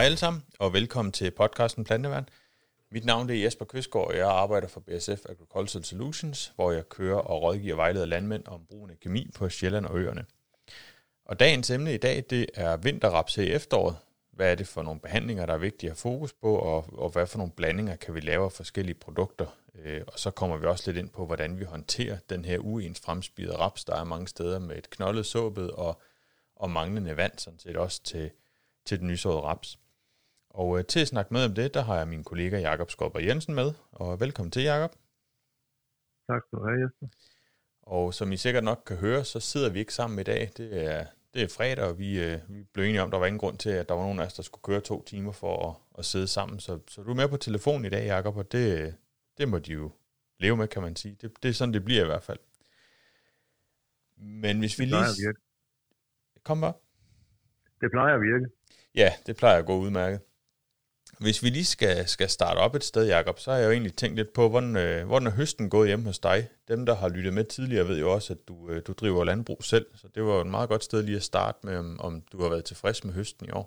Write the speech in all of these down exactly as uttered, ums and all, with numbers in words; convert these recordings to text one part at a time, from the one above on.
Hej alle sammen, og velkommen til podcasten Planteværn. Mit navn er Jesper Kvistgaard, og jeg arbejder for B S F Agricultural Solutions, hvor jeg kører og rådgiver vejleder landmænd om brugen af kemi på Sjælland og øerne. Og dagens emne i dag, det er vinterraps her i efteråret. Hvad er det for nogle behandlinger, der er vigtige at have fokus på, og, og hvad for nogle blandinger kan vi lave af forskellige produkter. Øh, og så kommer vi også lidt ind på, hvordan vi håndterer den her uens fremspidede raps, der er mange steder med et knoldet såbed og, og manglende vand, sådan set også til, til den nysåede raps. Og øh, til at snakke med om det, der har jeg min kollega Jakob Skorber Jensen med. Og velkommen til, Jakob. Tak skal du have, Jesper. Og som I sikkert nok kan høre, så sidder vi ikke sammen i dag. Det er, det er fredag, og vi, øh, vi blev enige om, at der var ingen grund til, at der var nogen af os, der skulle køre to timer for at, at sidde sammen. Så, så du er med på telefon i dag, Jakob, og det, det må de jo leve med, kan man sige. Det, det er sådan, det bliver i hvert fald. Men hvis vi det lige... plejer at virke. Kom bare. Det plejer at virke. Ja, det plejer at gå udmærket. Hvis vi lige skal, skal starte op et sted, Jakob, så har jeg jo egentlig tænkt lidt på, hvordan, øh, hvordan er høsten gået hjemme hos dig? Dem, der har lyttet med tidligere, ved jo også, at du, øh, du driver landbrug selv, så det var jo et meget godt sted lige at starte med, om, om du har været tilfreds med høsten i år.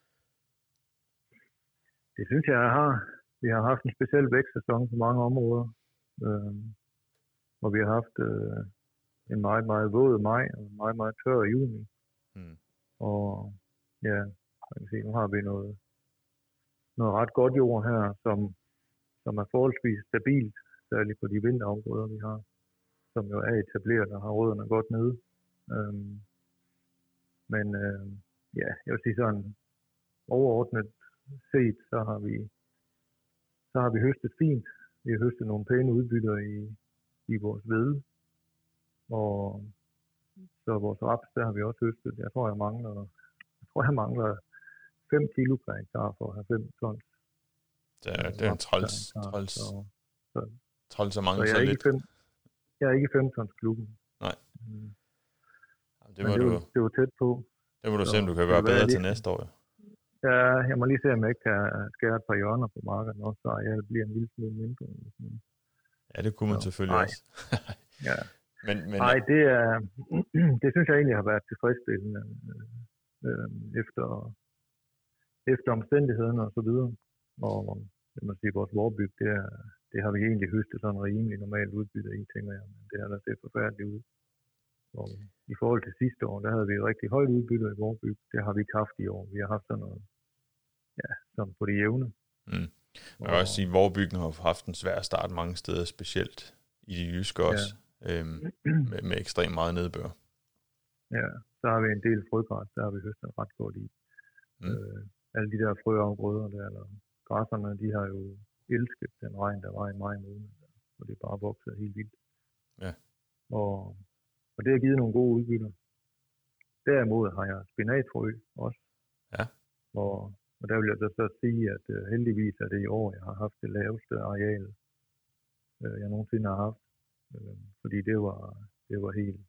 Det synes jeg, jeg har. Vi har haft en speciel vækstsæson på mange områder, øh, hvor vi har haft øh, en meget, meget våd maj og en meget, meget tør juni. Hmm. Og ja, man kan sige, nu har vi noget noget ret godt jord her, som, som er forholdsvis stabilt, særligt på de vinterafgrøder, vi har, som jo er etableret og har rødderne godt nede. Øhm, men øh, ja, jeg vil sige sådan, overordnet set, så har vi så har vi høstet fint. Vi har høstet nogle pæne udbytter i, i vores hvede, og så vores raps, der har vi også høstet. Jeg tror, jeg mangler, jeg tror, jeg mangler fem kilo per hektar for at have fem tons. Det er, det er en træls, træls, så, så, træls så mange så, jeg så er lidt. Fem, jeg er ikke i fem tons klubben. Nej. Mm. Det må det, du, var, det var tæt på. Det må du så, se, om du kan gøre bedre lige til næste år. Ja, jeg må lige se, om jeg ikke kan skære et par hjørner på markedet også, så jeg bliver en lille smule mindre. Ja, det kunne man så, selvfølgelig nej. også. ja. men, men, nej, det er, det synes jeg egentlig har været tilfredsstillende øh, efter efter omstændighederne og så videre. Og jeg må sige, vores vorbyg, det, er, det har vi egentlig høstet sådan rimelig normalt udbytte i, tænker jeg. Men det har da set forfærdeligt ud. Og i forhold til sidste år, der havde vi rigtig højt udbytte i vorbyg. Det har vi ikke haft i år. Vi har haft sådan noget, ja, sådan på det jævne. Mm. Man kan og, også sige, at vorbyggen har haft en svær start mange steder, specielt i de jyske også, ja. øhm, med, med ekstremt meget nedbør. Ja, så har vi en del frøgræs, der har vi høstet ret godt i. Mm. Øh, alle de der frøafgrøder der, eller græsserne, de har jo elsket den regn, der var i maj måned, og det er bare vokset helt vildt. Ja. Og, og det har givet nogle gode udbytter. Derimod har jeg spinatfrø også. Ja. Og, og der vil jeg så sige, at uh, heldigvis er det i år, jeg har haft det laveste areal, uh, jeg nogensinde har haft. Uh, fordi det var, det var helt,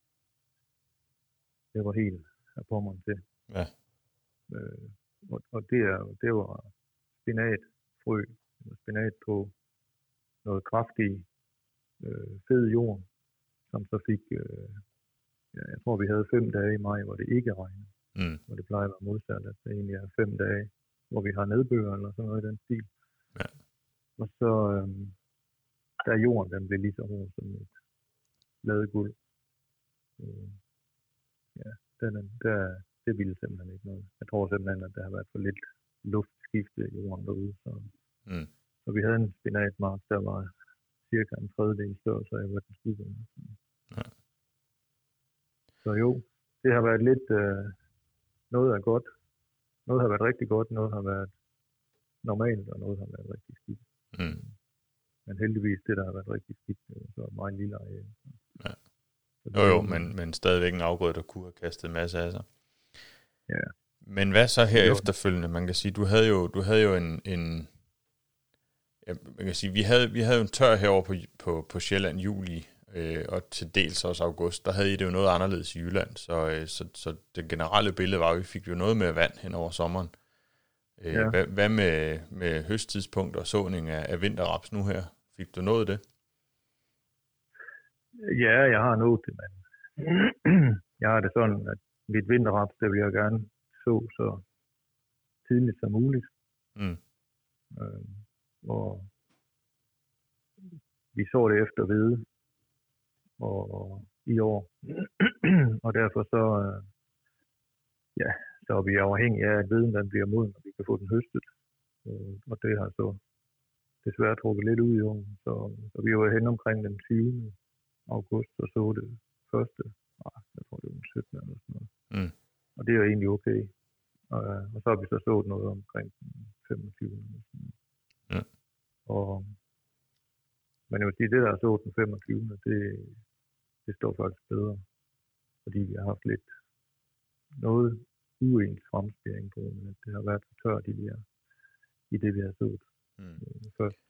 det var helt af på mig til. Ja. Uh, Og, og det, er, det var spinatfrø, spinat på noget kraftig, øh, fed jord, som så fik, øh, ja, jeg tror vi havde fem dage i maj, hvor det ikke regnede. Mm. Og det plejer at være modsat, at det egentlig er fem dage, hvor vi har nedbør eller sådan noget i den stil. Ja. Og så, øh, der jorden, den blev lige så hård som et ladeguld. Øh, ja, den er, der det ville simpelthen ikke noget. Jeg tror simpelthen, at der har været for lidt luftskifte i jorden derude. Så, mm. så vi havde en spinatmark, der var cirka en tredjedel større, så jeg var den skide. Ja. Så jo, det har været lidt, øh, noget er godt. Noget har været rigtig godt, noget har været normalt, og noget har været rigtig skidt. Mm. Men heldigvis, det der har været rigtig skidt, så er meget lille areal. Ja. Jo jo, men, men stadigvæk en afgrøde, der kunne have kastet en masse af sig. Ja. Men hvad så her jo. efterfølgende? Man kan sige, du havde jo, du havde jo en, en ja, man kan sige, vi havde, vi havde jo en tør herovre på, på, på Sjælland juli, øh, og til dels også august. Der havde I det jo noget anderledes i Jylland, så, øh, så, så det generelle billede var, at vi fik jo noget mere vand hen over sommeren. Øh, ja. hvad, hvad med, med høsttidspunkt og såning af, af vinterraps nu her? Fik du nået det? Ja, jeg har nået det, men jeg har det sådan, at mit vinterraps, det vil jeg gerne så så tidligt som muligt. Mm. Øh, og vi så det efter hvede og i år. Og derfor så, øh, ja, så er vi afhængige af, at hveden den bliver moden, og vi kan få den høstet. Øh, og det har så desværre trukket lidt ud i år. Så, så vi var hen omkring den tyvende august og så det første. Nej, jeg tror det var den syttende eller sådan noget. Mm. Og det er egentlig okay. Og, og så har vi så så noget omkring den femogtyvende Ja. Og, men jeg vil sige, det der er så den femogtyvende det, det står faktisk bedre. Fordi vi har haft lidt noget uens fremspæring på, men det har været tørt i, de her, i det, vi har sået Mm. øh, først.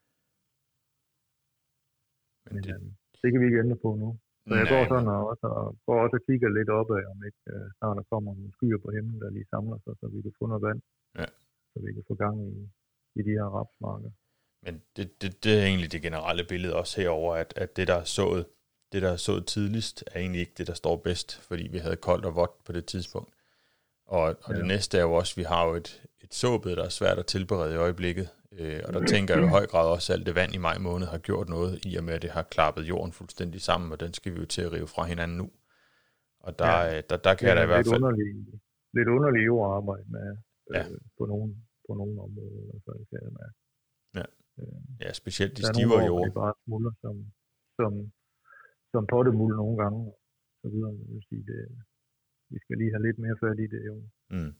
Men Men det, øh, det kan vi ikke ændre på nu. Så jeg nej, går sådan men- og, også, og går også og kigger lidt opad, om ikke øh, snart der kommer nogle skyer på himlen, der lige samler sig, så vi kan få noget vand. Ja. Så vi kan få gang i, i de her rapsmarker. Men det, det, det er egentlig det generelle billede også herover, at, at det, der er sået, det, der er sået tidligst, er egentlig ikke det, der står bedst, fordi vi havde koldt og vådt på det tidspunkt. Og, og ja. Det næste er jo også, vi har jo et, et såbed, der er svært at tilberede i øjeblikket. Øh, og der tænker jeg jo i høj grad også, at alt det vand i maj måned har gjort noget, i og med, at det har klappet jorden fuldstændig sammen, og den skal vi jo til at rive fra hinanden nu. Og der, Ja. ja. der, der kan jeg da i hvert fald... Lidt underlig, lidt underlig jordarbejde med øh, Ja. på, nogle, på nogle områder. I hvert fald, kan jeg mærke. Ja. Øh, Ja, specielt de der er stivere nogle år, hvor jord. det bare smuldrer som, som, som pottemuld nogle gange. Og så videre. Jeg vil sige, det, vi skal lige have lidt mere fat i det jo. Mm.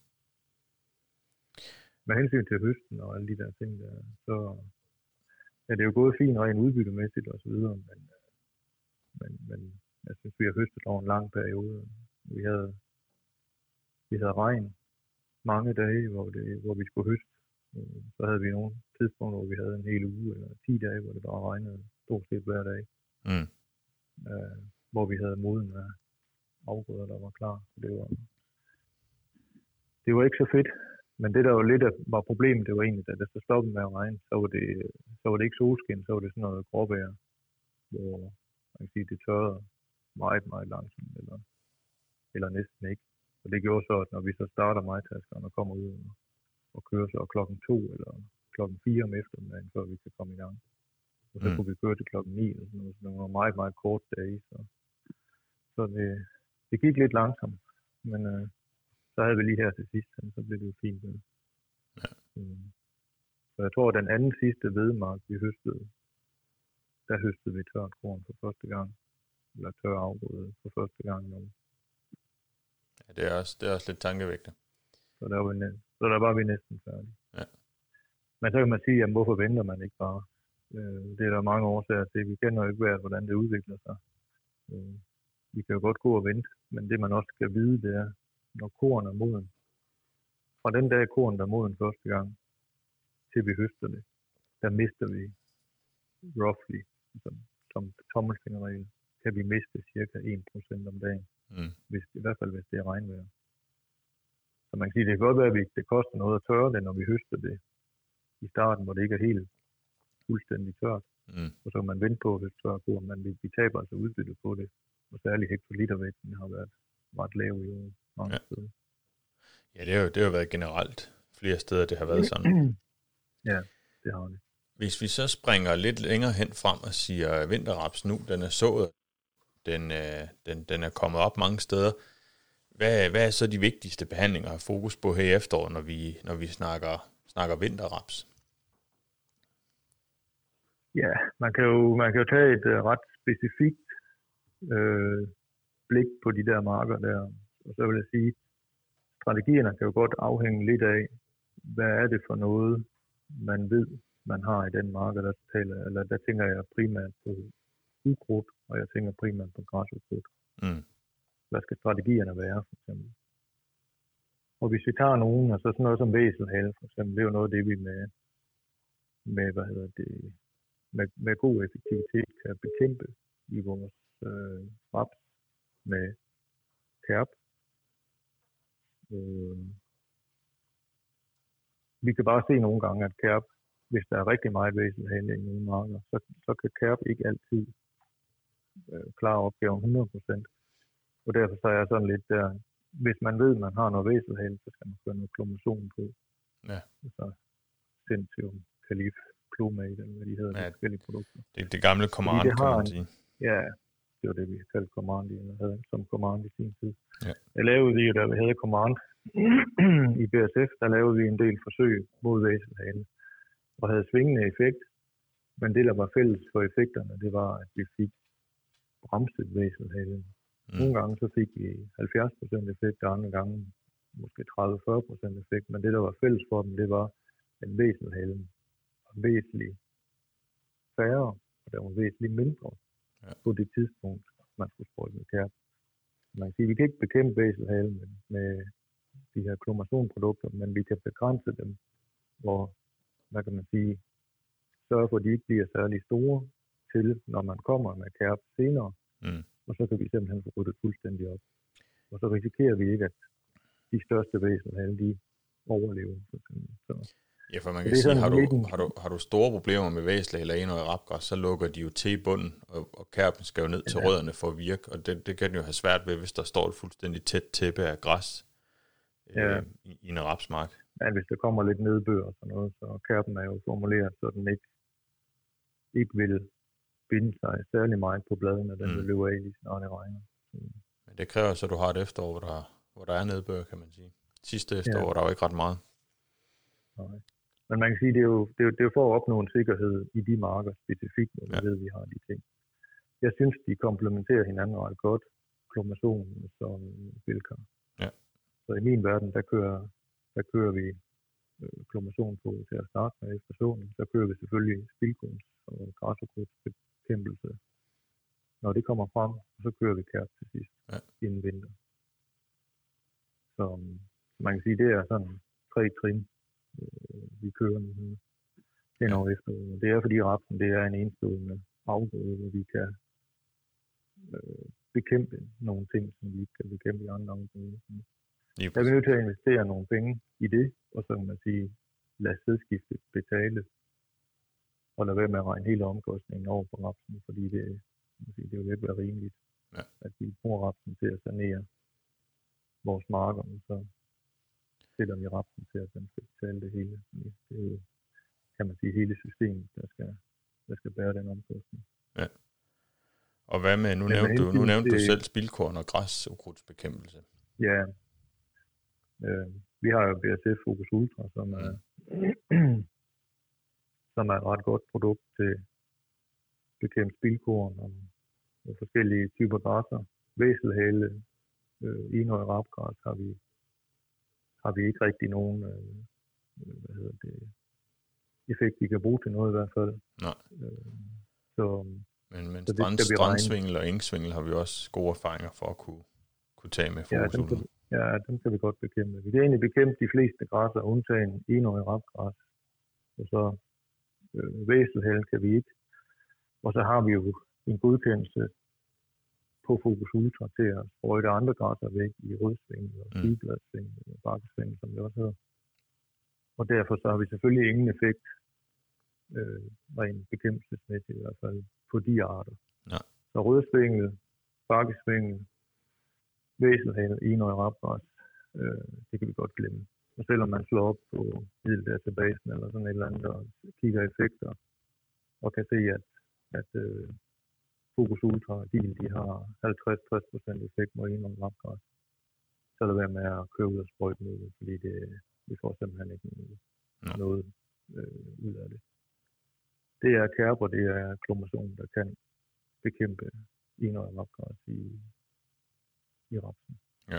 Med hensyn til høsten og alle de der ting, der, så er det jo gået fint rent udbyttemæssigt og så videre, men, men, men jeg synes, vi har høstet over en lang periode. Vi havde, vi havde regn mange dage, hvor, det, hvor vi skulle høste. Så havde vi nogle tidspunkter, hvor vi havde en hel uge eller ti dage, hvor det bare regnede stort set hver dag. Mm. Øh, hvor vi havde moden af afgrøder, der var klar. Det var, det var ikke så fedt. Men det der var lidt af, var problemet, det var egentlig, da det så stoppede med at regne, så var det, så var det ikke solskin, så var det sådan noget gråvejr, hvor man kan sige, det tørrede meget, meget langsomt, eller, eller næsten ikke. Og det gjorde så, at når vi så starter majtaskerne og kommer ud og, og kører så klokken to eller klokken fire om eftermiddagen, før vi kan komme i gang. Og så Mm. kunne vi køre til klokken ni, og sådan noget, så det var meget, meget kort dage. Så, så det, det gik lidt langsomt, men øh, så havde vi lige her til sidst, så blev det jo fint. Ja. Mm. Så jeg tror, at den anden sidste hvedemark, vi høstede, der høstede vi tørt korn for første gang. Eller tør afgrøde for første gang. Nu. Ja, det er også, det er også lidt tankevægtende. Så der var, næ- så der var vi næsten færdige. Ja. Men så kan man sige, jamen, hvorfor venter man ikke bare? Øh, det er der mange årsager til. Vi kender jo ikke hvert, hvordan det udvikler sig. Øh, vi kan jo godt gå og vente, men det man også skal vide, det er, når korn er moden. Fra den dag korn er moden første gang, til vi høster det, der mister vi roughly, som, som tommelfingerregel, kan vi miste cirka en procent om dagen. Mm. Hvis, i hvert fald hvis det er regnvejr. Så man kan sige, det kan godt være, at det koster noget at tørre det, når vi høster det i starten, hvor det ikke er helt fuldstændig tørt. Mm. Og så kan man vente på, at det tørre korn, men vi, vi taber altså udbytte på det. Og særligt hektolitervægten har været ret lav i år mange Ja. steder. Ja, det har, jo, det har jo været generelt flere steder, det har været sådan. Ja, det har det. Hvis vi så springer lidt længere hen frem og siger, at vinterraps nu, den er sået, den, øh, den, den er kommet op mange steder. Hvad, hvad er så de vigtigste behandlinger at have fokus på her i efteråret, når vi, når vi snakker, snakker vinterraps? Ja, man kan jo, man kan jo tage et uh, ret specifikt øh, blik på de der marker der. Og så vil jeg sige, strategierne kan jo godt afhænge lidt af, hvad er det for noget, man ved, man har i den marker, der taler, eller der tænker jeg primært på ukrudt, og jeg tænker primært på græsukrudt. Mm. Hvad skal strategierne være, for eksempel? Og hvis vi tager nogen, altså sådan noget som væselhale, for eksempel, det er jo noget af det, vi med, med hvad hedder det, med, med god effektivitet kan bekæmpe i vores øh, raps med kærp. Øh, vi kan bare se nogle gange, at kærp, hvis der er rigtig meget væselhale i nogle marker, så, så kan kærp ikke altid øh, klare opgaven hundrede procent. Og derfor så er jeg sådan lidt der, hvis man ved, at man har noget væselhale, så skal man få noget klomazon på. Ja. Så Centium, Calif, Clomate, eller hvad de hedder, ja, de forskellige produkter. Det er det gamle Command, det kan man sige. Ja, det var det, vi kaldte Command, eller havde som Command i sin tid. Ja. Jeg lavede vi, da vi havde Command i B S F, der lavede vi en del forsøg mod væselhale, og havde svingende effekt, men det, der var fælles for effekterne, det var, at vi fik bremset væselhalen. Mm. Nogle gange så fik vi halvfjerds procent effekt, og andre gange måske tredive til fyrre procent effekt, men det, der var fælles for dem, det var, at væselhalen var væsentligt færre, og der var væsentligt mindre ja. På det tidspunkt, man skulle sprøjte med kærp. Man kan sige, at vi kan ikke bekæmpe væselhalen med, med de her klomasonprodukter, men vi kan begrænse dem, hvor, hvad kan man sige, sørge for, at de ikke bliver særlig store til, når man kommer med kærp senere, mm. og så kan vi simpelthen få ryddet fuldstændig op. Og så risikerer vi ikke, at de største væselhale, de overlever. Så, ja, for man kan sige, har du, har, du, har du store problemer med væsel eller en og rapgræs, så lukker de jo til i bunden, og, og kærpen skal jo ned til ja. Rødderne for at virke, og det, det kan den jo have svært ved, hvis der står et fuldstændig tæt tæppe af græs ja. øh, i, i en rapsmark. Ja, hvis der kommer lidt nedbør og sådan noget, så kærpen er jo formuleret, så den ikke, ikke vil binde sig særlig meget på bladene, den mm. vil løbe af lige snart det regner. Mm. Men det kræver så, at du har et efterår, hvor der, hvor der er nedbør, kan man sige. Sidste efterår, ja. Der er jo ikke ret meget. Nej. Men man kan sige, det er, jo, det, er jo, det er jo for at opnå en sikkerhed i de marker specifikt, når vi ja. Ved, at vi har de ting. Jeg synes, de komplementerer hinanden ret godt, klomasonen som Bilkar. Ja. Så i min verden, der kører, der kører vi øh, klomazon på til at starte med efter såen. Så kører vi selvfølgelig spildkorns og græsokrudsbekæmpelse, når det kommer frem, og så kører vi kærp til sidst ja. Inden vinter. Så man kan sige, det er sådan tre trin, vi kører nu her hen over efteråret. Det er fordi rapsen, det er en enestående afgrøde, hvor vi kan øh, bekæmpe nogle ting, som vi ikke kan bekæmpe i andre afgrøder. Der er vi nødt til at investere nogle penge i det, og så kan man sige, lad sædskiftet betale, og lade være med at regne hele omkostningen over på rapsen, fordi det, sige, det vil ikke være rimeligt, ja. At vi bruger rapsen til at sanere vores marker, så sætter vi rapsen til, at den skal betale det hele. Det er jo, kan man sige, hele systemet, der skal, der skal bære den omkostning. Ja. Og hvad med, nu nævnte du, nu nævnte det, du selv spildkorn og græsukrudtsbekæmpelse. Ja, øh, vi har jo B S F Focus Ultra, som er, mm. som er et ret godt produkt til bekæmpe spildkorn og, og forskellige typer græsser. Væselhale, øh, enøje rapgræs har vi har vi ikke rigtig nogen øh, hvad hedder det, effekt, vi kan bruge til noget i hvert fald. Nej. Øh, så, men men så strand, strandsvingel og engsvingel har vi også gode erfaringer for at kunne, kunne tage med ja, dem kan, ja, dem kan vi godt bekæmpe. Vi kan egentlig bekæmpe de fleste græsser, undtagen enøje rapgræs. Og så øh, væselhale kan vi ikke. Og så har vi jo en godkendelse på Focus Ultra til at sprøjte andre græsser væk i rødsvingel og sigebladsvingel og bakkesvingel, som det også hedder. Og derfor så har vi selvfølgelig ingen effekt, øh, rent bekæmpelsesmæssigt i hvert fald, på de arter. Ja. Så rødsvingel, bakkesvingel, væselhale, enøje rapgræs, øh, det kan vi godt glemme. Og selvom man slår op på middeldatabasen eller sådan et eller andet og kigger effekter, og kan se, at, at øh, Focus Ultra og Dil, de har halvtreds til tres procent effekt mod enøje rapgræs, så lad være med at køre ud og sprøjte med det, fordi det, vi får simpelthen ikke noget, ja. noget øh, ud af det. Det er kærper, det er klomason, der kan bekæmpe enøje rapgræs i, i rapsen. Ja.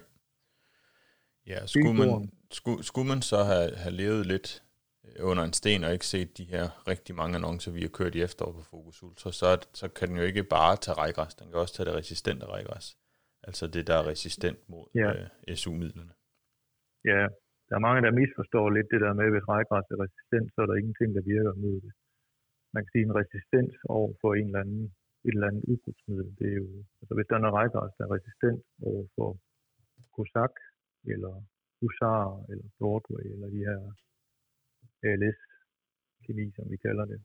Ja, skulle man, skulle, skulle man så have, have levet lidt under en sten og ikke set de her rigtig mange annoncer, vi har kørt i efterår på Focus Ultra, så, så kan den jo ikke bare tage rejgræs, den kan også tage det resistente rejgræs. Altså det, der er resistent mod ja. øh, S U-midlerne. Ja, der er mange, der misforstår lidt det der med, at hvis rejgræs er resistent, så er der ingenting, der virker mod det. Man kan sige, en resistens over for en eller anden, et eller andet ukrudtsmiddel, det er jo, altså hvis der er noget rejgræs, der er resistent over for Kosak, eller Husar, eller Broadway, eller de her A L S-kemi, som vi kalder det,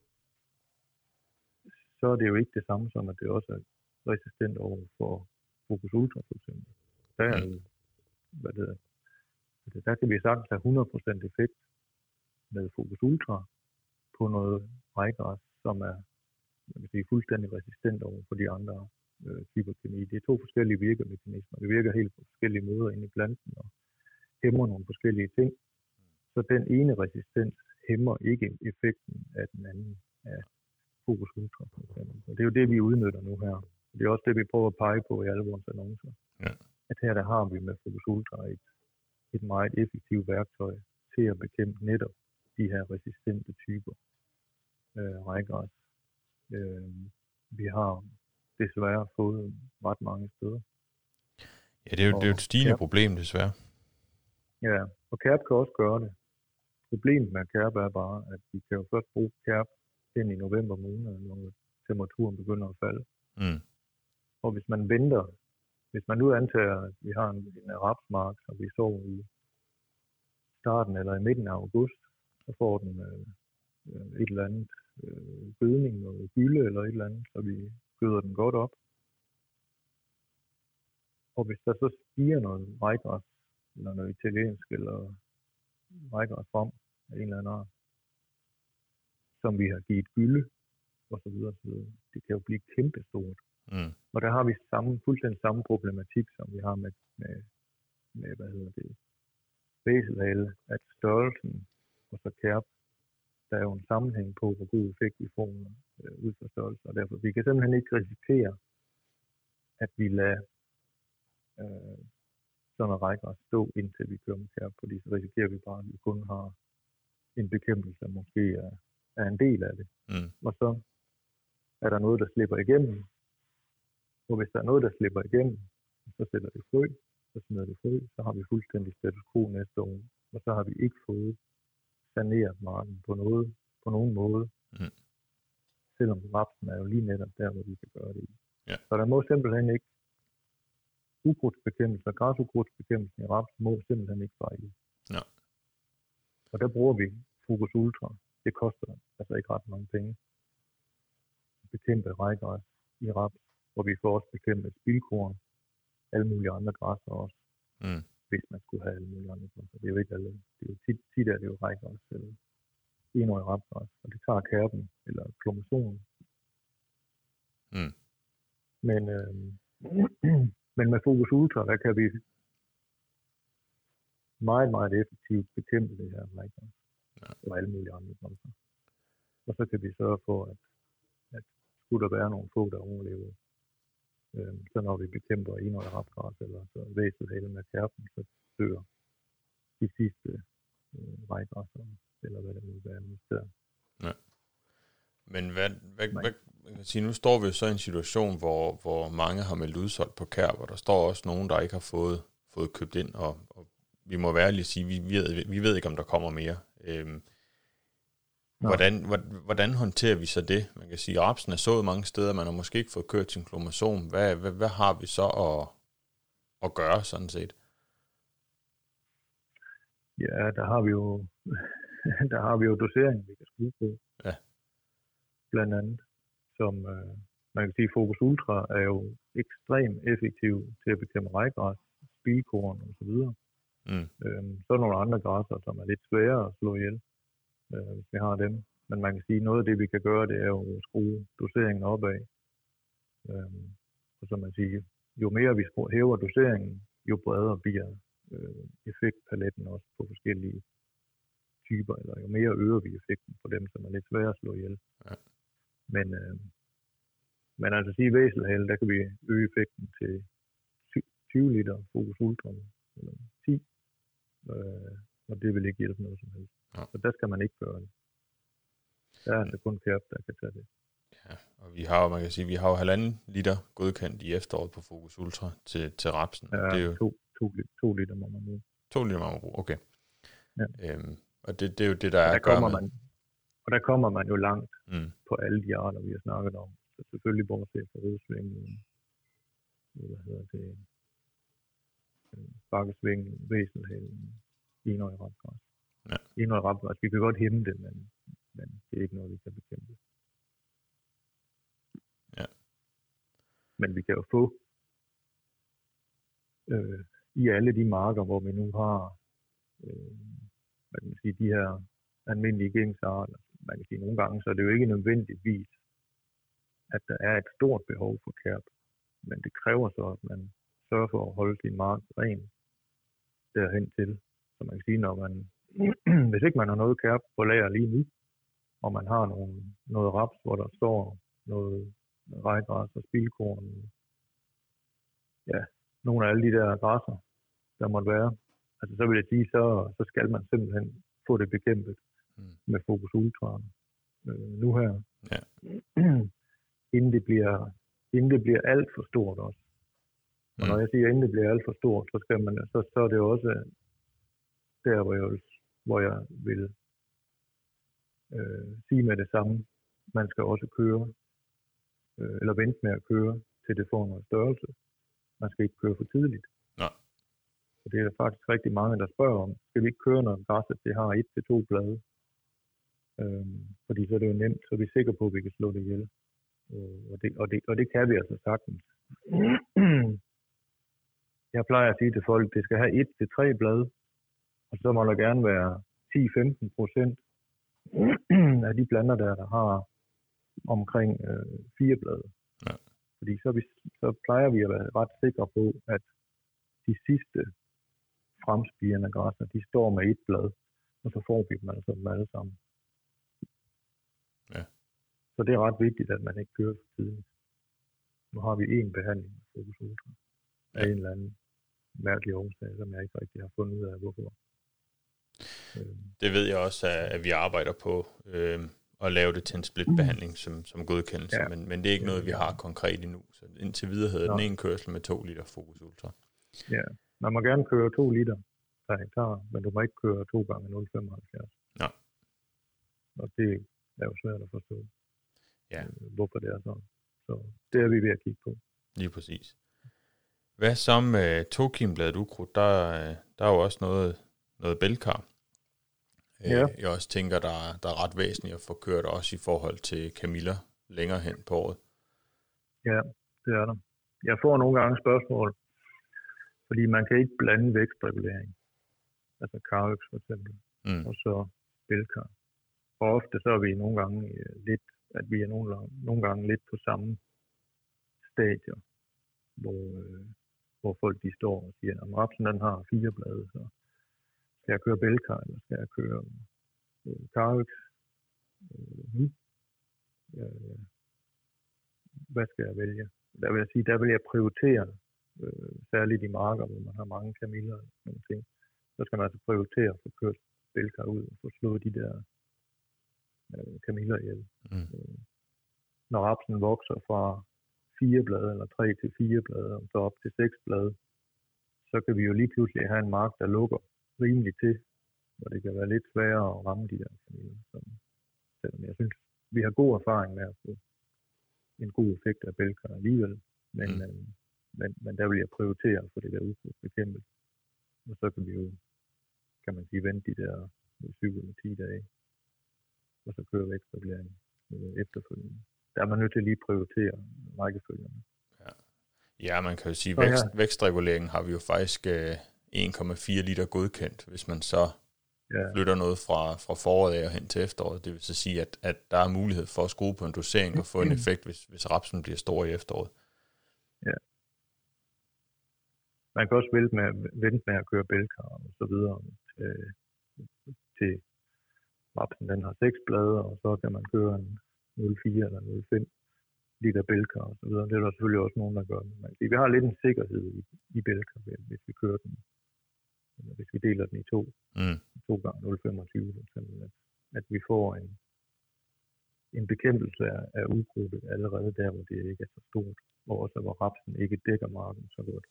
så er det jo ikke det samme som, at det også er resistent over for Focus Ultra, for eksempel. Der er jo, hvad det er, der kan vi sagtens have hundrede procent effekt med Focus Ultra på noget rejgræs, som er man kan sige, fuldstændig resistent over for de andre øh, typer kemi. Det er to forskellige virkemekanismer. Det virker helt på forskellige måder inde i planten og hæmmer nogle forskellige ting. Så den ene resistens hæmmer ikke effekten af den anden af Focus Ultra. Og det er jo det, vi udnytter nu her. Det er også det, vi prøver at pege på i alle vores annoncer. Ja. At her der har vi med Focus Ultra et, et meget effektivt værktøj til at bekæmpe netop de her resistente typer øh, rejgræs. Øh, vi har desværre fået ret mange steder. Ja, det er jo, det er jo et stigende kærp. problem, desværre. Ja, og kærp kan også gøre det. Problemet med kærp er bare, at vi kan jo først bruge kærp ind i november måned, når temperaturen begynder at falde. Mm. Og hvis man venter, hvis man nu antager, at vi har en, en rapsmark, og vi så i starten eller i midten af august, så får den øh, et eller andet øh, gødning, noget gylde eller et eller andet, så vi gøder den godt op. Og hvis der så stiger noget rejgræs, eller noget italiensk, eller rejgræs frem af en eller anden art, som vi har givet gylde, og så videre, så videre. Det kan jo blive kæmpestort. Mm. Og der har vi samme, fuldstændig samme problematik, som vi har med, med, med hvad hedder det, baselhale, at størrelsen og så kærp, der er jo en sammenhæng på, hvor god effekt vi får øh, ud fra størrelsen. Og derfor vi kan simpelthen ikke risikere, at vi lader øh, sådan en rejgræs stå, indtil vi kører med kærp, fordi så risikerer vi bare, at vi kun har en bekæmpelse, der måske er, er en del af det. Mm. Og så er der noget, der slipper igennem. Og hvis der er noget, der slipper igennem, så sætter det frø, så smider det frø, så har vi fuldstændig status quo næste år. Og så har vi ikke fået saneret marken på, noget, på nogen måde. Mm. Selvom rapsen er jo lige netop der, hvor vi kan gøre det i. Ja. Så der må simpelthen ikke ukrudtsbekæmpelse og græsukrudtsbekæmpelsen i raps må simpelthen ikke fejle. Ja. Og der bruger vi Focus Ultra. Det koster altså ikke ret mange penge. Bekæmpe rejgræs i raps, hvor vi får også bekæmpet spildkorn, alle mulige andre græsser også, mm. hvis man skulle have alle mulige andre græsser. Det er jo ikke alle. Det er jo tit, tit er det jo rejgræs eller enårig rapgræs, og det tager kærpen eller klomasonen. Mm. Men, øh, men med Focus Ultra, der kan vi meget, meget effektivt bekæmpe det her rejgræs ja. og alle mulige andre græsser. Og så kan vi sørge for, at, at skulle der være nogle få, der overlever, øh, så når vi bekæmper enårig rapgræs eller så væselhale med kærpen, så dør de sidste øh, rejgræsser, eller hvad det nu er der. Ja. Men hvad, hvad, hvad, hvad kan sige, nu står vi så i en situation, hvor, hvor mange har meldt udsolgt på kærp, og der står også nogen, der ikke har fået, fået købt ind, og, og vi må være ærlige sige, vi ved, vi ved ikke, om der kommer mere. Øhm, hvordan, hvordan håndterer vi så det? Man kan sige, at rapsen er sået mange steder, man har måske ikke fået kørt sin klomasom. Hvad, hvad, hvad har vi så at, at gøre, sådan set? Ja, der har vi jo, der har vi jo dosering, vi kan skrue på. Ja. Blandt andet, som øh, man kan sige, Focus Ultra er jo ekstremt effektiv til at bekæmpe rejgræs, spildkorn og så videre. Mm. Øhm, så er nogle andre græsser, som er lidt svære at slå ihjel, øh, hvis vi har dem. Men man kan sige, noget af det, vi kan gøre, det er jo at skrue doseringen opad. Øhm, og så man siger, jo mere vi hæver doseringen, jo bredere bliver øh, effektpaletten også på forskellige typer, eller jo mere øger vi effekten på dem, som er lidt svære at slå ihjel. Ja. Men, øh, men altså sige væselhale, der kan vi øge effekten til tyve liter Focus Ultra, eller ti, øh, og det vil ikke hjælpe noget som helst. Ja. Så der skal man ikke gøre det. Der er altså kun kærp, der kan tage det. Ja, og vi har jo, man kan sige, vi har jo halvanden liter godkendt i efteråret på Focus Ultra til, til rapsen. Ja, det er jo to, to, to liter må man bruge. To liter må man bruge, okay. Ja. Øhm, og det, det er jo det, der, og der er gør kommer med. Man, og der kommer man jo langt mm. på alle de arter, vi har snakket om. Så selvfølgelig bortset fra rødsvingen, hvad hedder det, bakkesvingen, væselhalen, enårig rapgræs. Ja. Enårig rapgræs, vi kan godt hæmme det, men, men det er ikke noget, vi kan bekæmpe. Ja. Men vi kan jo få øh, i alle de marker, hvor vi nu har øh, hvad kan man sige, de her almindelige gængsarter. Man kan sige, nogle gange, så er det jo ikke nødvendigvis, at der er et stort behov for kærp. Men det kræver så, at man sørger for at holde sin mark ren derhen til. Så man kan sige, når man, hvis ikke man har noget kærp på lager lige nu, og man har nogle, noget raps, hvor der står noget rejgræs og spildkorn, ja, nogle af alle de der græsser, der måtte være, altså så vil jeg sige, så, så skal man simpelthen få det bekæmpet mm. med Focus Ultra øh, nu her. Ja. inden, det bliver, inden det bliver alt for stort også. Og mm. når jeg siger, inden det bliver alt for stort, så, skal man, så, så er det også der, hvor jeg, hvor jeg vil øh, sige med det samme. Man skal også køre, øh, eller vente med at køre, til det får noget størrelse. Man skal ikke køre for tidligt. Nej. Og det er der faktisk rigtig mange, der spørger om, skal vi ikke køre, når græsset det har et til to blade? Øhm, fordi så er det jo nemt, så er vi sikre på, at vi kan slå det ihjel. Øh, og, det, og, det, og det kan vi altså sagtens. Jeg plejer at sige til folk, at det skal have et til tre blade, og så må der gerne være ti til femten procent af de planter der, der har omkring øh, fire blade. Ja. Fordi så, vi, så plejer vi at være ret sikre på, at de sidste fremspirende græsser, de står med et blad, og så får vi dem altså dem alle sammen. Ja. Så det er ret vigtigt, at man ikke kører for tidligt. Nu har vi én behandling med Focus Ultra af ja. en eller anden mærkelig årsag, som jeg ikke rigtig har fundet ud af, hvorfor. Det ved jeg også, at vi arbejder på øh, at lave det til en splitbehandling som, som godkendelse, ja. men, men det er ikke noget, vi har konkret endnu. Så indtil videre hedder den en kørsel med to liter Focus Ultra. Ja, man må gerne køre to liter per hektar, men du må ikke køre to gange nul komma femoghalvfjerds. Ja. Og det er jo svært at forstå, ja. hvorfor det er sådan. Så det er vi ved at kigge på. Lige præcis. Hvad så med tokimebladet ukrudt? Der, der er jo også noget, noget bælkar. Ja. Jeg også tænker, der, der er ret væsentligt at få kørt også i forhold til Camilla længere hen på året. Ja, det er der. Jeg får nogle gange spørgsmål, fordi man kan ikke blande vækstregulering. Altså Carvex for eksempel, mm. og så bælkar. Og ofte så er vi nogle gange lidt, at vi er nogle, nogle gange lidt på samme stadier, hvor, øh, hvor folk de står og siger, at rapsen den har fire blade, så skal jeg køre bælkar, eller skal jeg køre øh, Carvex? Øh, øh, hvad skal jeg vælge? Der vil jeg sige, der vil jeg prioritere, øh, særligt i marker, hvor man har mange kamiller og nogle ting. Så skal man altså prioritere at få kørt bælkar ud og få slået de der øh, kamiller ihjel. Mm. Øh, når rapsen vokser fra fire blade, eller tre til fire blade, og så op til seks blade, så kan vi jo lige pludselig have en mark, der lukker rimeligt til, og det kan være lidt sværere at ramme de der kamiller. Så, selvom jeg synes, vi har god erfaring med at få en god effekt af bælkar alligevel, men, mm. øh, men, men der vil jeg prioritere at få det der ukrudt bekæmpet. Og så kan vi jo, kan man sige, vente de der syv eller ti dage, og så kører vækstreguleringen øh, efterfølgende. Der er man nødt til at lige prioritere rækkefølgerne. Ja. ja, man kan jo sige, at vækst, ja. vækstreguleringen har vi jo faktisk øh, en komma fire liter godkendt, hvis man så ja. flytter noget fra, fra foråret af og hen til efteråret. Det vil så sige, at, at der er mulighed for at skrue på en dosering og få en effekt, hvis, hvis rapsen bliver stor i efteråret. Ja. Man kan også vente med, vente med at køre bælkar og så videre til, til rapsen. Den har seks blade, og så kan man køre en nul komma fire eller nul komma fem liter bælkar og så videre. Det er der selvfølgelig også nogen, der gør. Men vi har lidt en sikkerhed i, i bælkar, hvis vi kører den. Eller hvis vi deler den i to. Mm. To gange nul komma femogtyve. At, at vi får en, en bekæmpelse af, af ukrudtet allerede der, hvor det ikke er så stort. Og også hvor rapsen ikke dækker marken så godt.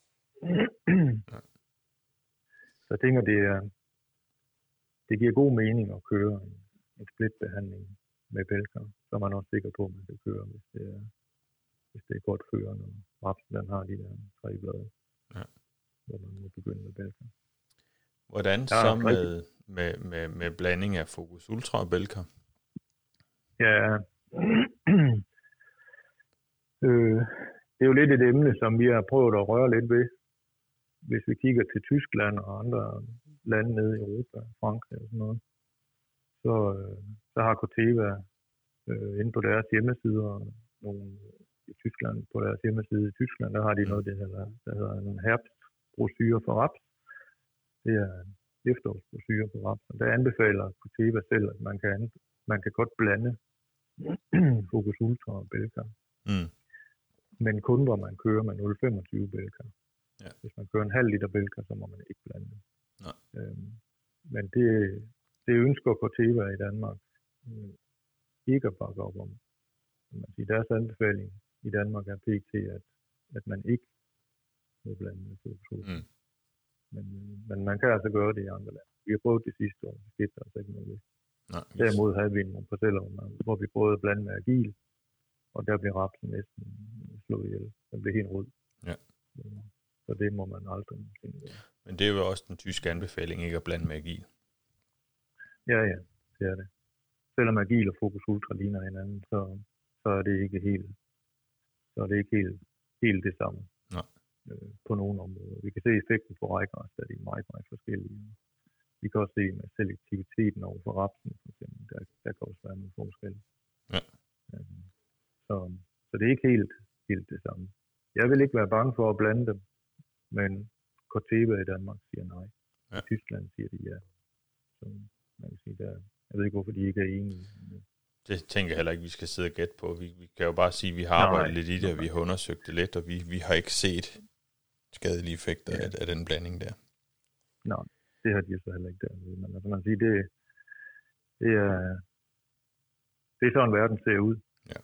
Så jeg tænker, det, er, det giver god mening at køre en, en splitbehandling med bælkar, så er man også sikker på, at man kan køre, hvis det er, hvis det er godt førende, og rapsen den har de der tre blade, ja. hvor man må begynde med bælkar. Hvordan ja, så med, med, med, med blanding af Focus Ultra og bælkar? Ja, øh, det er jo lidt et emne, som vi har prøvet at røre lidt ved. Hvis vi kigger til Tyskland og andre lande nede i Europa, Frankrig og sådan noget, så så, øh, så har Corteva øh, inde på deres hjemmesider, nogle i Tyskland, på deres hjemmeside i Tyskland, der har de noget, der hedder, der hedder en herbstbrochure for raps. Det er en efterårsbrochure for raps, og der anbefaler Corteva selv, at man kan, man kan godt blande Focus Ultra og Belcar. Mm. Men kun hvor man kører med nul komma femogtyve Belcar. Ja. Hvis man kører en halv liter Belcar, så må man ikke blande det. Øhm, men det, det ønsker Corteva i Danmark øh, ikke at bakke op om. Man siger, deres anbefaling i Danmark er pt. At, at man ikke må blande med Focus Ultra. Mm. Men, men man kan altså gøre det i andre lande. Vi har prøvet det sidste år, det skete altså ikke noget. Nej, derimod havde vi nogle parceller, hvor vi prøvede at blande med agil, og der blev rapsen næsten slået ihjel. Den blev helt rød. Ja. Så det må man aldrig finde. Men det er jo også den tyske anbefaling, ikke at blande med agil. Ja, ja, det er det. Selvom agil og Focus Ultra ligner hinanden, så, så er det ikke helt, så er det ikke helt, helt det samme. Nej. Øh, på nogle områder. Vi kan se effekten på rækker, så er de meget, meget forskellige. Vi kan også se med selektiviteten over for rapsen, for eksempel. Der, der kan også være nogle forskelle. Ja. Øh, så, så det er ikke helt, helt det samme. Jeg vil ikke være bange for at blande dem, men Corteva i Danmark siger nej. Ja. I Tyskland siger de ja. Så man kan sige, der, jeg ved ikke, hvorfor de ikke er enige. Det tænker jeg heller ikke, vi skal sidde og gætte på. Vi, vi kan jo bare sige, at vi har arbejdet nej, lidt i det, og vi har undersøgt det lidt, og vi, vi har ikke set skadelige effekter ja. af, af den blanding der. Nej, det har de jo så heller ikke derude. Men altså man siger, det, det er det er sådan, verden ser ud. Ja.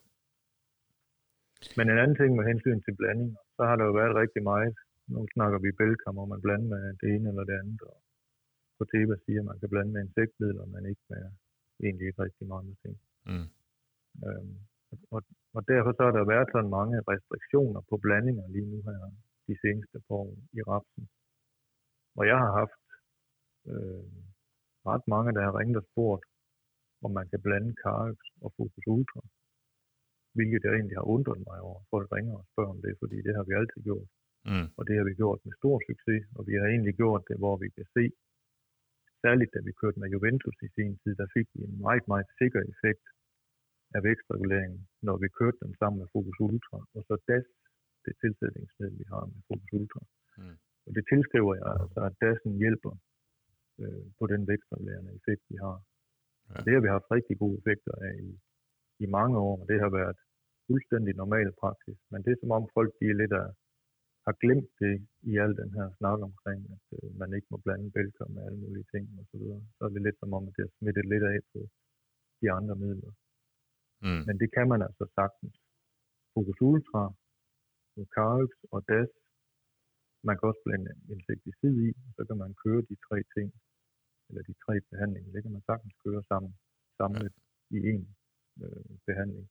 Men en anden ting med hensyn til blanding, så har der jo været rigtig meget. Nu snakker vi Belcar, hvor man blander med det ene eller det andet, og Corteva siger, at man kan blande med insektmidler, men ikke med egentlig ikke rigtig mange ting. Mm. Øhm, og, og derfor så har der været sådan mange restriktioner på blandinger lige nu her, de seneste par år i rapsen. Og jeg har haft øh, ret mange, der har ringet og spurgt, om man kan blande Carex og Focus Ultra. Hvilket jeg egentlig har undret mig over. Folk ringer og spørger om det, fordi det har vi altid gjort. Mm. Og det har vi gjort med stor succes, og vi har egentlig gjort det, hvor vi kan se, særligt da vi kørte med Juventus i sin tid, der fik vi en meget, meget sikker effekt af vækstreguleringen, når vi kørte den sammen med Focus Ultra, og så D A S, det tilsætningsmiddel, vi har med Focus Ultra. Mm. Og det tilskriver jeg altså, at D A S'en hjælper øh, på den vækstregulerende effekt, vi har. Ja. Det har vi haft rigtig gode effekter af i, i mange år, og det har været fuldstændig normal praksis. Men det er som om folk, de er lidt af har glemt det i al den her snak omkring, at øh, man ikke må blande Belcar med alle mulige ting og så videre. Så er det lidt som om, at det er smittet lidt af på de andre midler. Mm. Men det kan man altså sagtens. Focus Ultra, Carex og D A S. Man kan også blande insekticid i, og så kan man køre de tre ting, eller de tre behandlinger. Det kan man sagtens køre sammen, samlet i en øh, behandling.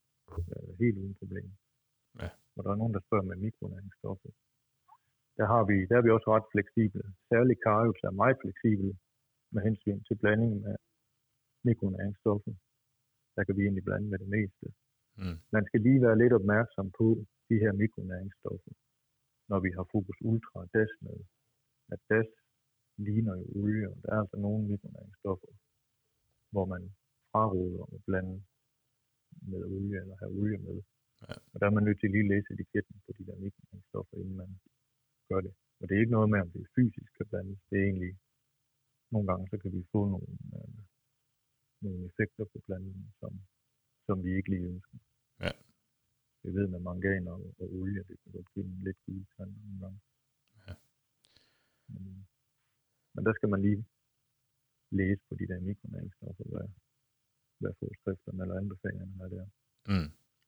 Øh, helt uden problem. Ja. Og der er nogen, der spørger med mikronæringsstoffer. Der, har vi, der er vi også ret fleksible. Særligt Carex er meget fleksibel med hensyn til blandingen af mikronæringsstoffer. Der kan vi egentlig blande med det meste. Mm. Man skal lige være lidt opmærksom på de her mikronæringsstoffer, når vi har Focus Ultra og D A S med. At D A S ligner jo olie, og der er altså nogle mikronæringsstoffer, hvor man fraråder at blande med olie eller have olie med. Ja. Og der er man nødt til lige at læse etiketten på de der mikronæringsstoffer, inden man gør det. Og det er ikke noget med, om det fysisk kan blandes. Det er egentlig, nogle gange så kan vi få nogle, øh, nogle effekter på blandingen, som, som vi ikke lige ønsker. Ja. Vi ved med mangan og, og olie, det kan godt give en lidt gul tand nogle gange. Ja. Men, men der skal man lige læse på de der mikronæringsstoffer, hvad, hvad forskrifterne eller anbefalingerne er der. Mm.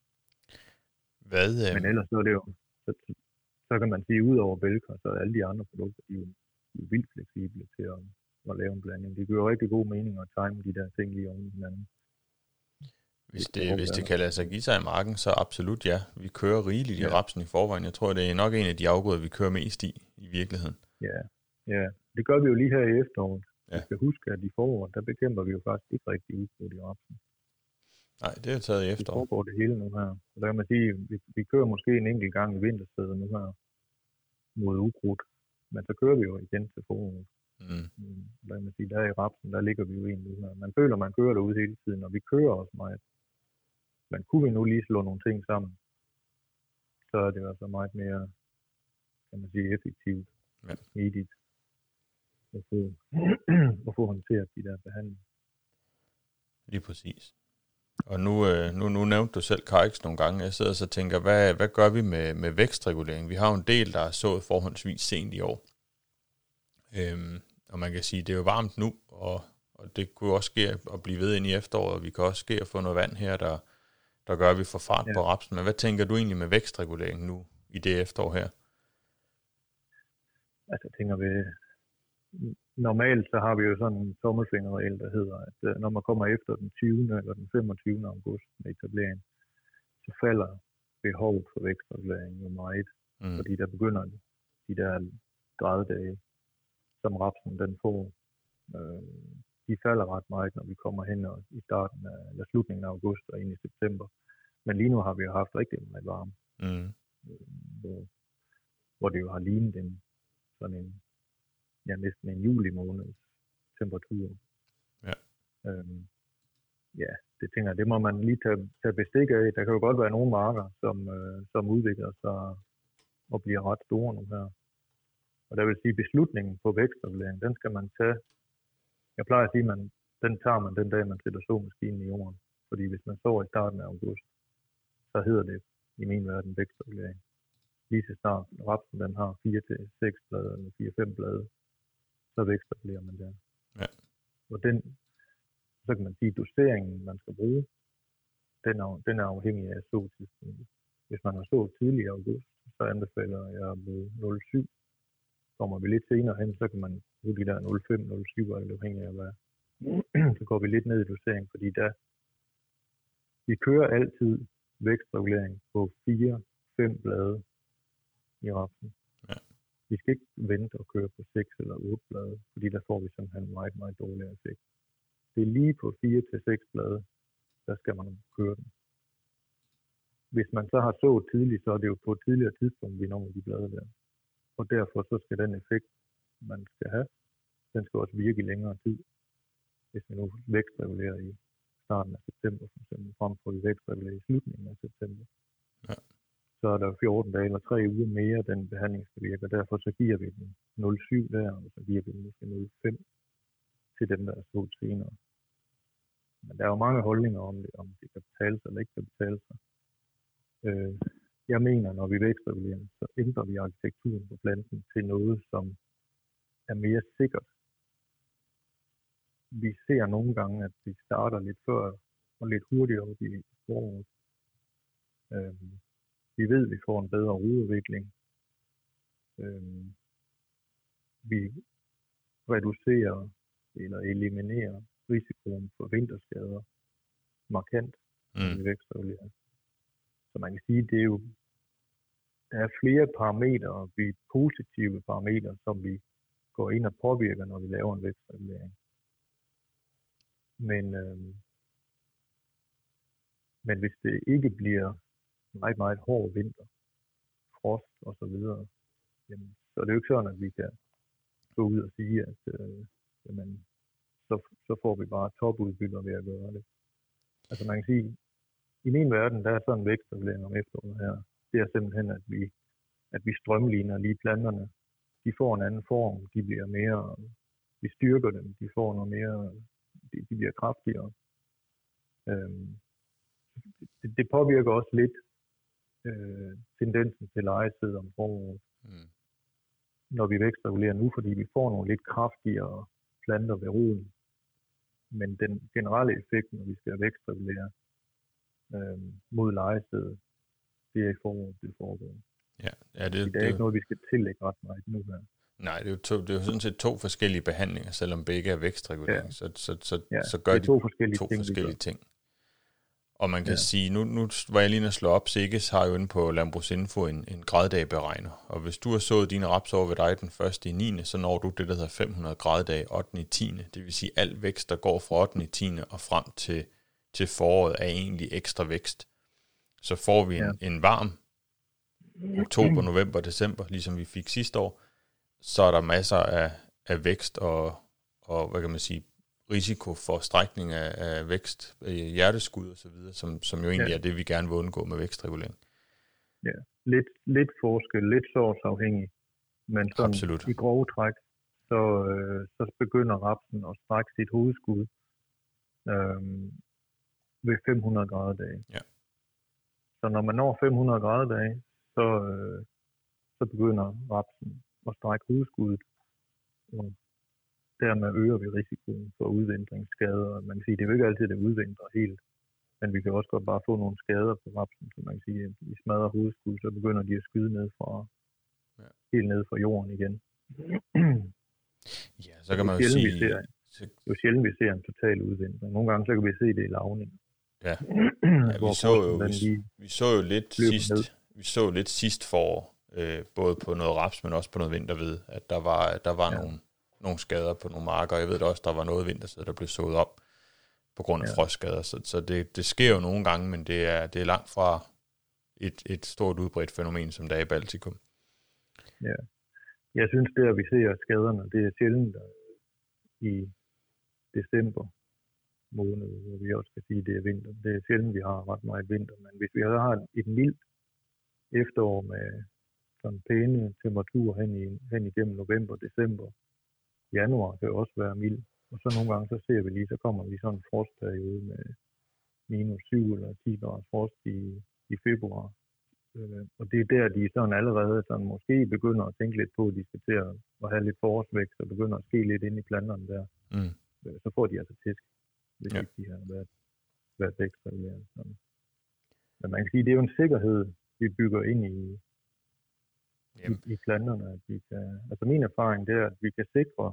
Hvad, øh... Men ellers så er det jo, så, så kan man sige, ud over Belcar, så er alle de andre produkter, de er jo, de er vildt fleksible til at, at lave en blanding. Det giver jo rigtig god mening at time de der ting lige oven i hinanden. Hvis det, hvis det kan lade sig give sig i marken, så absolut ja. Vi kører rigeligt i ja. rapsen i forvejen. Jeg tror, det er nok en af de afgrøder, vi kører mest i, i virkeligheden. Ja, ja. Det gør vi jo lige her i efteråret. Ja. Vi skal huske, at i foråret, der bekæmper vi jo faktisk ikke rigtig udbrud i rapsen. Nej, det er taget i efterår. Det foregår det hele nu her. Og der kan man sige, vi, vi kører måske en enkelt gang i vinterstedet nu her mod ukrudt. Men så kører vi jo igen til foråret. Mm. Lad mig sige, der i rapsen, der ligger vi jo egentlig nu her. Man føler, man kører derude hele tiden, og vi kører også meget. Men kunne vi nu lige slå nogle ting sammen, så er det altså meget mere, kan man sige, effektivt, ja. smidigt, at få, at få håndteret de der behandlinger. Lige præcis. Og nu, nu, nu nævnte du selv Carex nogle gange. Jeg sidder og tænker, hvad, hvad gør vi med, med vækstregulering? Vi har jo en del, der er sået forholdsvis sent i år. Øhm, og man kan sige, det er jo varmt nu, og, og det kunne også ske at blive ved ind i efteråret, og vi kan også ske at få noget vand her, der, der gør, at vi får fart ja. på rapsen. Men hvad tænker du egentlig med vækstregulering nu i det efterår her? Altså jeg tænker, vi, normalt så har vi jo sådan en tommelfingerregel, der hedder, at når man kommer efter den tyvende eller den femogtyvende august med etablering, så falder behovet for vækstregulering jo meget, mm. fordi der begynder de der græddage, som rapsen den får, øh, de falder ret meget, når vi kommer hen og i starten af, eller slutningen af august og ind i september. Men lige nu har vi jo haft rigtig meget varme, mm. øh, hvor, hvor det jo har lignet en sådan en, ja, næsten en juli måneds temperatur. Ja. Øhm, ja, det tænker jeg, det må man lige tage, tage bestik af. Der kan jo godt være nogle marker, som, øh, som udvikler sig og bliver ret store nu her. Og der vil sige, beslutningen på vækstregulering, den skal man tage. Jeg plejer at sige, at man, den tager man den dag, man sætter såmaskinen i jorden. Fordi hvis man så i starten af august, så hedder det i min verden vækstregulering. Lige så snart rapsen den har fire til seks blade, eller fire til fem blade, så vækstregulerer man der. Ja. Og den, så kan man sige, doseringen, man skal bruge, den er, den er afhængig af såtidspunktet. Hvis man har sået tidlig i august, så anbefaler jeg med nul komma syv. Kommer vi lidt senere hen, så kan man bruge de der nul komma fem, nul komma syv, eller afhængig af hvad. Så går vi lidt ned i dosering, fordi der, vi kører altid vækstregulering på fire til fem blade i rapsen. Ja. Vi skal ikke vente og køre på seks eller otte blade, fordi der får vi simpelthen en meget, meget dårlig effekt. Det er lige på fire til seks blade, der skal man køre den. Hvis man så har sået tidligt, så er det jo på et tidligere tidspunkt, vi når de blade der. Og derfor så skal den effekt, man skal have, den skal også virke i længere tid. Hvis vi nu vækstregulerer i starten af september, for eksempel, frem for vi vækstregulerer i slutningen af september. Ja. Så er der fjorten dage eller tre uger mere, den behandling skal virke, og derfor så giver vi den nul komma syv der, og så giver vi den måske nul komma fem til dem, der er så senere. Men der er jo mange holdninger om det, om det kan betale sig eller ikke kan betale sig. Øh, jeg mener, når vi vækstregulerer, så ændrer vi arkitekturen på planten til noget, som er mere sikkert. Vi ser nogle gange, at vi starter lidt før og lidt hurtigere op i foråret. Øh, Vi ved, at vi får en bedre rodudvikling. Øhm, vi reducerer eller eliminerer risikoen for vinterskader markant, når mm. vi vækstregulerer. Så man kan sige, at det er jo, der er flere parametre, vi positive parametre, som vi går ind og påvirker, når vi laver en vækstregulering. Men, øhm, men hvis det ikke bliver meget, meget hård vinter, frost og så videre, jamen, så er det jo ikke sådan, at vi kan gå ud og sige, at øh, jamen, så, så får vi bare topudbytter ved at gøre det. Altså man kan sige, i min verden, der er sådan en vækstregulering om efteråret her, det er simpelthen, at vi, at vi strømligner lige planterne. De får en anden form, de bliver mere, vi styrker dem, de får noget mere, de, de bliver kraftigere. Øhm, det, det påvirker også lidt øh, tendensen til lejesæd om foråret. Mm. Når vi vækstregulerer nu, fordi vi får nogle lidt kraftigere planter ved roden. Men den generelle effekt, når vi skal vækstregulere øh, mod lejesæd, det er i foråret, det foregår. Ja, ja, det, det er det, ikke noget, vi skal tillægge ret meget nu her. Nej, det er, jo to, det er jo sådan set to forskellige behandlinger, selvom begge er vækstregulering. Ja. Så, så, så, ja, så gør de to forskellige to ting. Forskellige ting. Og man kan ja. sige, nu, nu var jeg lige inde og slå op, Sikkes har jo inde på Landbrugsinfo en, en graddagberegner. Og hvis du har sået dine raps over ved dig den første i niende, så når du det, der hedder fem hundrede graddage ottende i tiende. Det vil sige, at al vækst, der går fra ottende i tiende og frem til, til foråret, er egentlig ekstra vækst. Så får vi en, ja. en varm oktober, november, december, ligesom vi fik sidste år, så er der masser af, af vækst og, og, hvad kan man sige, risiko for strækning af, af vækst, hjerteskud og så videre, som, som jo egentlig ja. er det, vi gerne vil undgå med vækstregulering. Ja, lidt, lidt forskel, lidt sortsafhængig, men sådan Absolut. I grove træk, så, øh, så begynder rapsen at strække sit hovedskud øh, ved fem hundrede grader dage. Ja. Så når man når fem hundrede grader dage, så, øh, så begynder rapsen at strække hovedskuddet, og dermed øger vi risikoen for udvindringsskader. Man kan sige, det er jo ikke altid, det udvindrer helt, men vi kan også godt bare få nogle skader på rapsen, så man kan sige, at i smadrer hovedskud, så begynder de at skyde ned fra, ja. helt ned fra jorden igen. Ja, så kan man jo sige... Ser, det er jo sjældent, vi ser en total udvindring. Nogle gange, så kan vi se det i lavning. Ja, ja vi, så jo, vi, vi så jo lidt sidst, ned. vi så lidt sidst for øh, både på noget raps, men også på noget vinterved, at der var, der var ja. nogle, nogle skader på nogle marker. Jeg ved da også, der var noget vintersæd, der blev sået op på grund af ja. frostskader. Så, så det, det sker jo nogle gange, men det er, det er langt fra et, et stort udbredt fænomen, som der er i Baltikum. Ja, jeg synes, det at vi ser skaderne, det er sjældent i december måned, hvor vi også kan sige, at det er vinter. Det er sjældent, vi har ret meget vinter, men hvis vi har et mildt efterår med sådan pæne temperaturer hen, i, hen igennem november, december, januar kan jo også være mild, og så nogle gange så ser vi lige, så kommer vi sådan en frostperiode med minus syv eller ti grader frost i, i februar. Øh, og det er der, de sådan allerede sådan måske begynder at tænke lidt på, at de skal til at, at have lidt forårsvækst, og begynder at ske lidt ind i planterne der. Mm. Øh, så får de altså tisk, hvis ja. ikke de har været, været vækstreguleret. Men man kan sige, det er jo en sikkerhed, vi bygger ind i, i, i planterne. At vi kan, altså min erfaring det er, at vi kan sikre,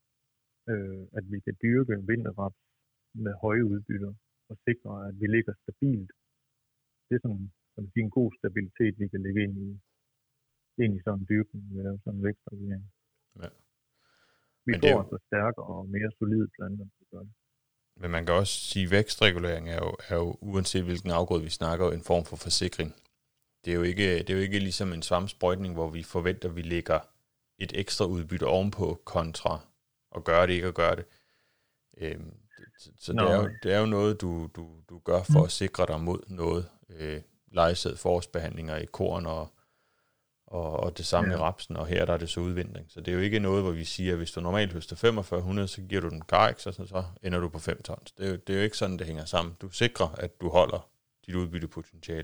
øh, at vi kan dyrke vinterraps med høje udbytter, og sikre, at vi ligger stabilt. Det er sådan, det er en god stabilitet, vi kan lægge ind i, ind i sådan en dyrkning med sådan en vækstregulering. Ja. Vi Men får jo... altså stærkere og mere solide planter. Men man kan også sige, at vækstregulering er jo, er jo, uanset hvilken afgrøde vi snakker, en form for forsikring. Det er jo ikke, det er jo ikke ligesom en svampsprøjtning, hvor vi forventer, at vi lægger et ekstra udbytte ovenpå kontra og gøre det, ikke at gøre det. Øhm, så så det, er jo, det er jo noget, du, du, du gør for at sikre dig mod noget. Øh, lejesæd, forårsbehandlinger i korn og, og, og det samme ja. i rapsen, og her der er det så udvindring. Så det er jo ikke noget, hvor vi siger, at hvis du normalt høster femogfyrre hundrede, så giver du den Carex, og så, så ender du på fem tons. Det er, jo, det er jo ikke sådan, det hænger sammen. Du sikrer, at du holder dit udbyttepotentiale.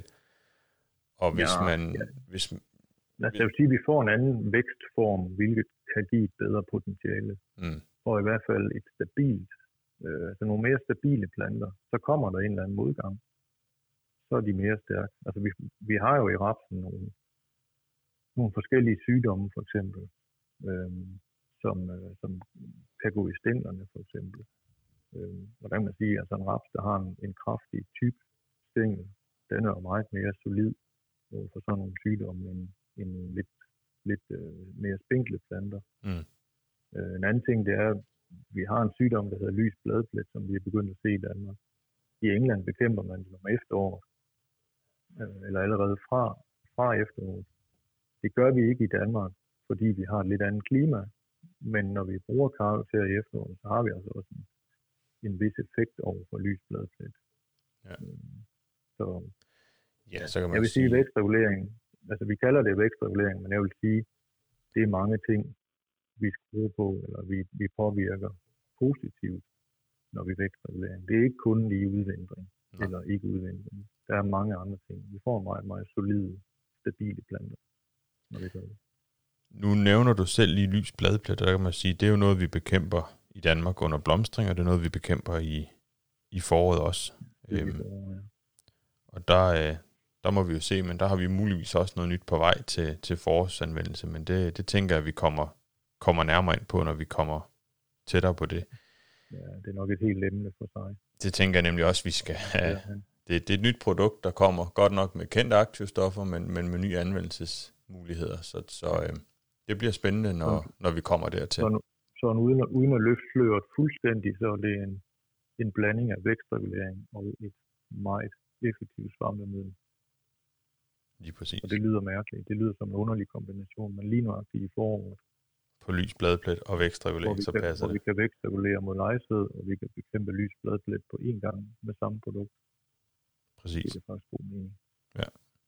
Og hvis ja, man... Ja. Hvis, Lad os sige, at vi får en anden vækstform, hvilket kan give et bedre potentiale. Mm. Og i hvert fald et stabilt, øh, altså nogle mere stabile planter, så kommer der en eller anden modgang. Så er de mere stærke. Altså vi, vi har jo i rapsen nogle, nogle forskellige sygdomme, for eksempel, øhm, som, øh, som kan gå i stænglerne, for eksempel. Øhm, hvordan man siger, altså en raps, der har en, en kraftig tyk stængel, den er jo meget mere solid øh, for sådan nogle sygdomme end, end lidt, lidt øh, mere spinkle planter. Mm. Øh, en anden ting, det er, at vi har en sygdom, der hedder lys bladplet, som vi er begyndt at se i Danmark. I England bekæmper man den om efteråret, eller allerede fra, fra efteråret. Det gør vi ikke i Danmark, fordi vi har et lidt andet klima, men når vi bruger karakter i efteråret, så har vi altså også en, en vis effekt over for lysbladplet. Ja. Så, ja, så kan man jeg vil sige, sige vækstregulering, altså vi kalder det vækstregulering, men jeg vil sige, det er mange ting, vi skruer på, eller vi, vi påvirker positivt, når vi vækstregulering. Det er ikke kun lige udvindring, ja. eller ikke udvindring. Der er mange andre ting. Vi får meget, meget solide, stabile planter, når vi gør det. Nu nævner du selv lige lys bladpletter, der kan man sige, det er jo noget, vi bekæmper i Danmark under blomstring, og det er noget, vi bekæmper i, i foråret også. Det er øhm, foråret, ja. Og der, øh, der må vi jo se, men der har vi muligvis også noget nyt på vej til, til forårsanvendelse, men det, det tænker jeg, at vi kommer, kommer nærmere ind på, når vi kommer tættere på det. Ja, det er nok et helt emne for sig. Det tænker jeg nemlig også, vi skal have. Ja, det, det er et nyt produkt, der kommer godt nok med kendte aktivstoffer, men, men med nye anvendelsesmuligheder. Så, så øh, det bliver spændende, når, så, når vi kommer dertil. Så, så uden, at, uden at løfte sløret fuldstændig, så er det en, en blanding af vækstregulering og et meget effektivt svampemiddel. Lige præcis. Og det lyder mærkeligt. Det lyder som en underlig kombination, men lige nøjagtigt i foråret, på lys bladplet og vækstregulering, så kan, passer hvor det. vi kan vækstregulere mod lejesved, og vi kan bekæmpe lys bladplet på én gang med samme produkt. Præcis. Det er faktisk god mening. Ja.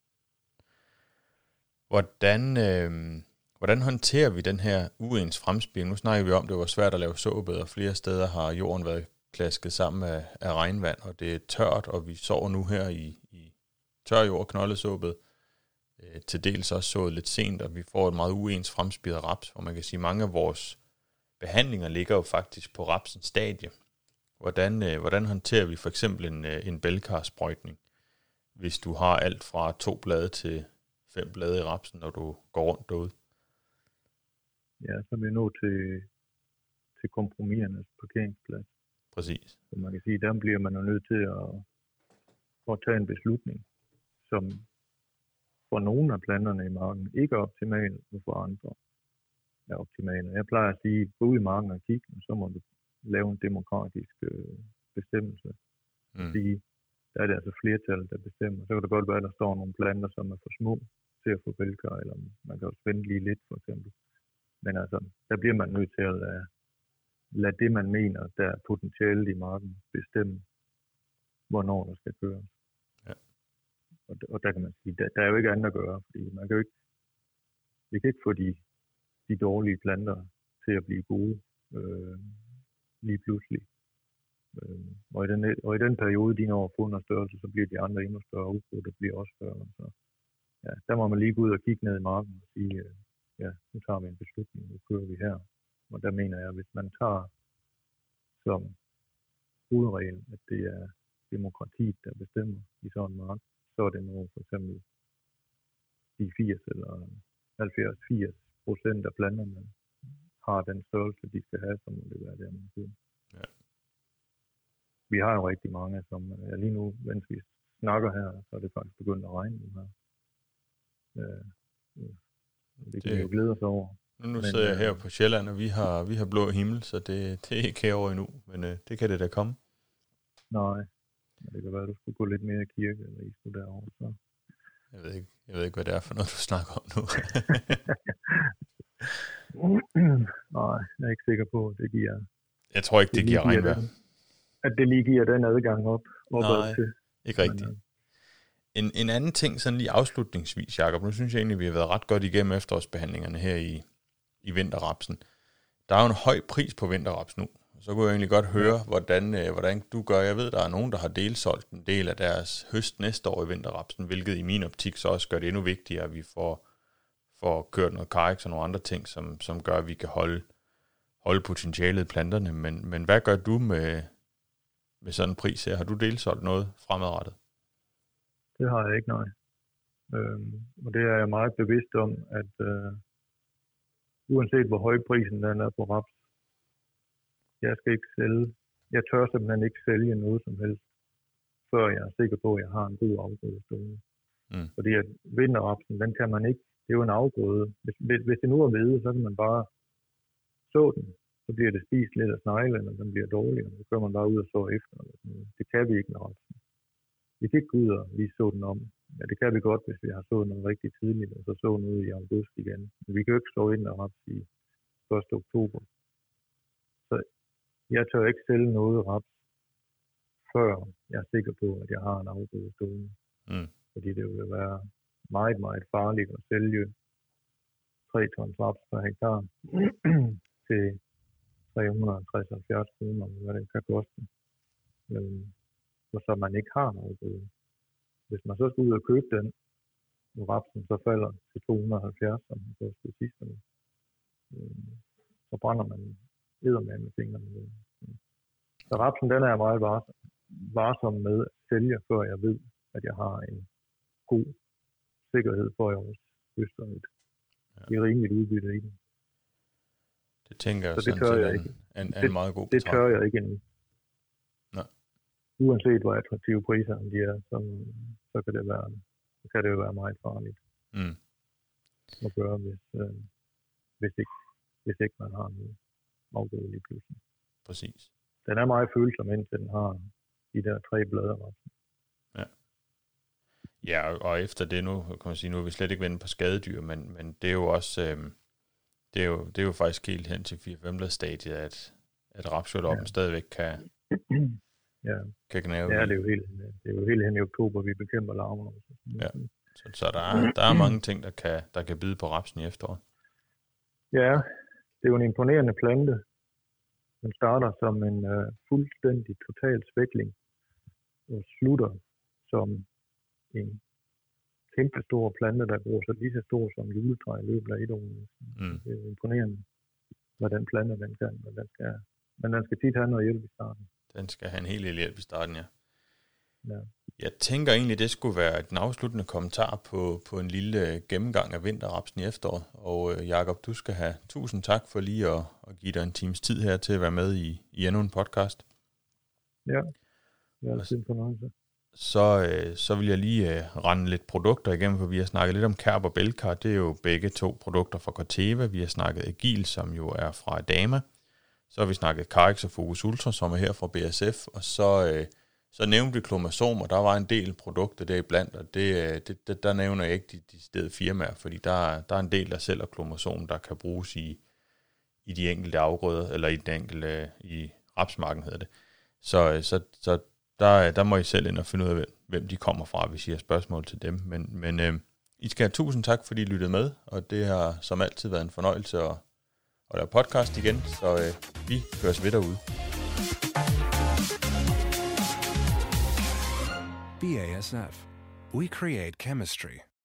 Hvordan, øh, hvordan håndterer vi den her uens fremspiring? Nu snakker vi om, at det var svært at lave såbed, og flere steder har jorden været klasket sammen af, af regnvand, og det er tørt, og vi sover nu her i, i tør jord, knoldesåbed, øh, til dels også sået lidt sent, og vi får et meget uens fremspiret raps, hvor man kan sige, at mange af vores behandlinger ligger jo faktisk på rapsens stadie. Hvordan, øh, hvordan håndterer vi for eksempel en, øh, en bælkarsprøjtning, hvis du har alt fra to blade til fem blade i rapsen, når du går rundt derude? Ja, så er vi nået til, til kompromisernes parkeringsplads. Præcis. Så man kan sige, der bliver man jo nødt til at, at tage en beslutning, som for nogle af planterne i marken ikke er optimal, og for andre er optimal. Jeg plejer at sige, gå ud i marken og kigge, og så må du lave en demokratisk øh, bestemmelse. Mm. Sige, der er det altså flertal, der bestemmer. Så kan det godt være, at der står nogle planter, som er for små til at få bælker, eller man kan også vente lige lidt, for eksempel. Men altså, der bliver man nødt til at lade, lade det, man mener, der er potentiale i marken, bestemme, hvornår der skal køres. Ja. Og, og der kan man sige, der, der er jo ikke andet at gøre, fordi man kan jo ikke, vi kan ikke få de, de dårlige planter til at blive gode øh, lige pludselig. Øh, og, i den, og i den periode, de når at få en størrelse, så bliver de andre endnu større, ukrudt, der bliver også større. Så ja, der må man lige gå ud og kigge ned i marken og sige, øh, ja, nu tager vi en beslutning, nu kører vi her. Og der mener jeg, at hvis man tager som hovedregel, at det er demokratiet, der bestemmer i sådan en mark, så er det noget for eksempel de firs eller halvfjerds til firs procent af planterne har den størrelse, de skal have, så må det være der, man kører. Ja. Vi har jo rigtig mange, som ja, lige nu, mens vi snakker her, så er det faktisk begyndt at regne nu her. Øh, det kan det, vi jo glæde os over. Nu, nu sidder jeg her på Sjælland, og vi har, vi har blå himmel, så det, det er ikke herovre endnu, men øh, det kan det da komme. Nej, det kan være, at du skulle gå lidt mere i kirke, eller I skulle derovre. Så. Jeg ved ikke, jeg ved ikke, hvad det er for noget, du snakker om nu. Nej, jeg er ikke sikker på, at det giver... Jeg tror ikke, det, det giver regnvejr. At det lige giver den adgang op. Nej, til. Ikke rigtigt. Men, En, en anden ting, sådan lige afslutningsvis, Jakob, nu synes jeg egentlig, vi har været ret godt igennem efterårsbehandlingerne her i, i vinterrapsen. Der er jo en høj pris på vinterraps nu, så kunne jeg egentlig godt høre, hvordan, øh, hvordan du gør. Jeg ved, der er nogen, der har delsolgt en del af deres høst næste år i vinterrapsen, hvilket i min optik så også gør det endnu vigtigere, at vi får, får kørt noget Carex og nogle andre ting, som, som gør, at vi kan holde, holde potentialet i planterne. Men, men hvad gør du med, med sådan en pris her? Har du delsolgt noget fremadrettet? Det har jeg ikke, nej. Øhm, og det er jeg meget bevidst om, at øh, uanset hvor høj prisen den er på raps, jeg skal ikke sælge, jeg tør simpelthen ikke sælge noget som helst, før jeg er sikker på, at jeg har en god afgrøde stående. Mm. Fordi at vinterrapsen, den kan man ikke, det er jo en afgrøde. Hvis, hvis det nu er hvede, så kan man bare så den, så bliver det spist lidt af snegle, eller den bliver dårlig, og så kører man bare ud og så efter. Det kan vi ikke med rapsen. Vi kan ikke gå ud og lige så den om. Ja, det kan vi godt, hvis vi har sået noget rigtig tidligt, og så så noget i august igen. Men vi kan jo ikke stå ind og raps i første oktober. Så jeg tør ikke sælge noget raps, før jeg er sikker på, at jeg har en afgrøde stående. Mm. Fordi det vil være meget, meget farligt at sælge tre tons raps per hektar til tre hundrede og halvtreds til halvfjerds kroner, hvad det kan koste. Øhm, og så man ikke har noget afgrøde. Hvis man så skal ud og købe den, og rapsen så falder til to hundrede og halvfjerds, som den kostede sidste år, øhm, så brænder man eddermame med fingrene. Så rapsen, den er jeg meget varsom, varsom med at sælge, før jeg ved, at jeg har en god sikkerhed for, at jeg også høster et, ja. et rimeligt udbytte i den. Det tænker jeg så det sådan jeg en, ikke. En, en det, meget god det tør jeg ikke endnu. Nej. Uanset hvor attraktive priser de er, så, så kan det være, så kan det jo være meget farligt mm. at gøre, hvis, øh, hvis, ikke, hvis ikke man har noget afgået lige pludselig. Præcis. Den er meget følsom, indtil den har de der tre blade. Ja. Ja, og efter det nu, kan man sige, nu er vi slet ikke vendt på skadedyr, men, men det er jo også, øh, det er jo, det er jo faktisk helt hen til fire femte stadiet, at, at rapsjordoppen ja. stadigvæk kan, ja. kan gnave. Ja, det er jo helt, det er jo helt hen i oktober, vi bekæmper larver. Ja. Så, så der, er, der er mange ting, der kan, der kan bide på rapsen i efteråret. Ja, det er jo en imponerende plante. Den starter som en uh, fuldstændig total svækling og slutter som en kæmpe stor plante, der bruger sig lige så stor som juletræ i løbet af et år. Mm. Det er jo imponerende, hvad den plante den kan. Men den skal, men den skal tit have noget hjælp i starten. Den skal have en hel del hjælp i starten, ja. Ja. Jeg tænker egentlig, det skulle være en afsluttende kommentar på, på en lille gennemgang af vinterrapsen i efteråret. Og øh, Jakob, du skal have tusind tak for lige at, at give dig en times tid her til at være med i, i endnu en podcast. Ja, det er altid en fornøjelse. Så, øh, så vil jeg lige øh, rende lidt produkter igennem, for vi har snakket lidt om Kerb og Belcar. Det er jo begge to produkter fra Corteva. Vi har snakket Agil, som jo er fra Dama. Så har vi snakket Carex og Focus Ultra, som er her fra B S F. Og så... Øh, Så nævnte vi Klomasom, og der var en del produkter der iblandt, og det, det, det, der nævner jeg ikke de, de steder firmaer, fordi der, der er en del, der sælger Klomasom, der kan bruges i, i de enkelte afgrøder, eller i den enkelte, i rapsmarken hedder det. Så, så, så der, der må I selv ind og finde ud af, hvem de kommer fra, hvis I har spørgsmål til dem. Men, men øh, I skal have tusind tak, fordi I lyttede med, og det har som altid været en fornøjelse at, at lave podcast igen, så øh, vi køres ved derude. B A S F. We create chemistry.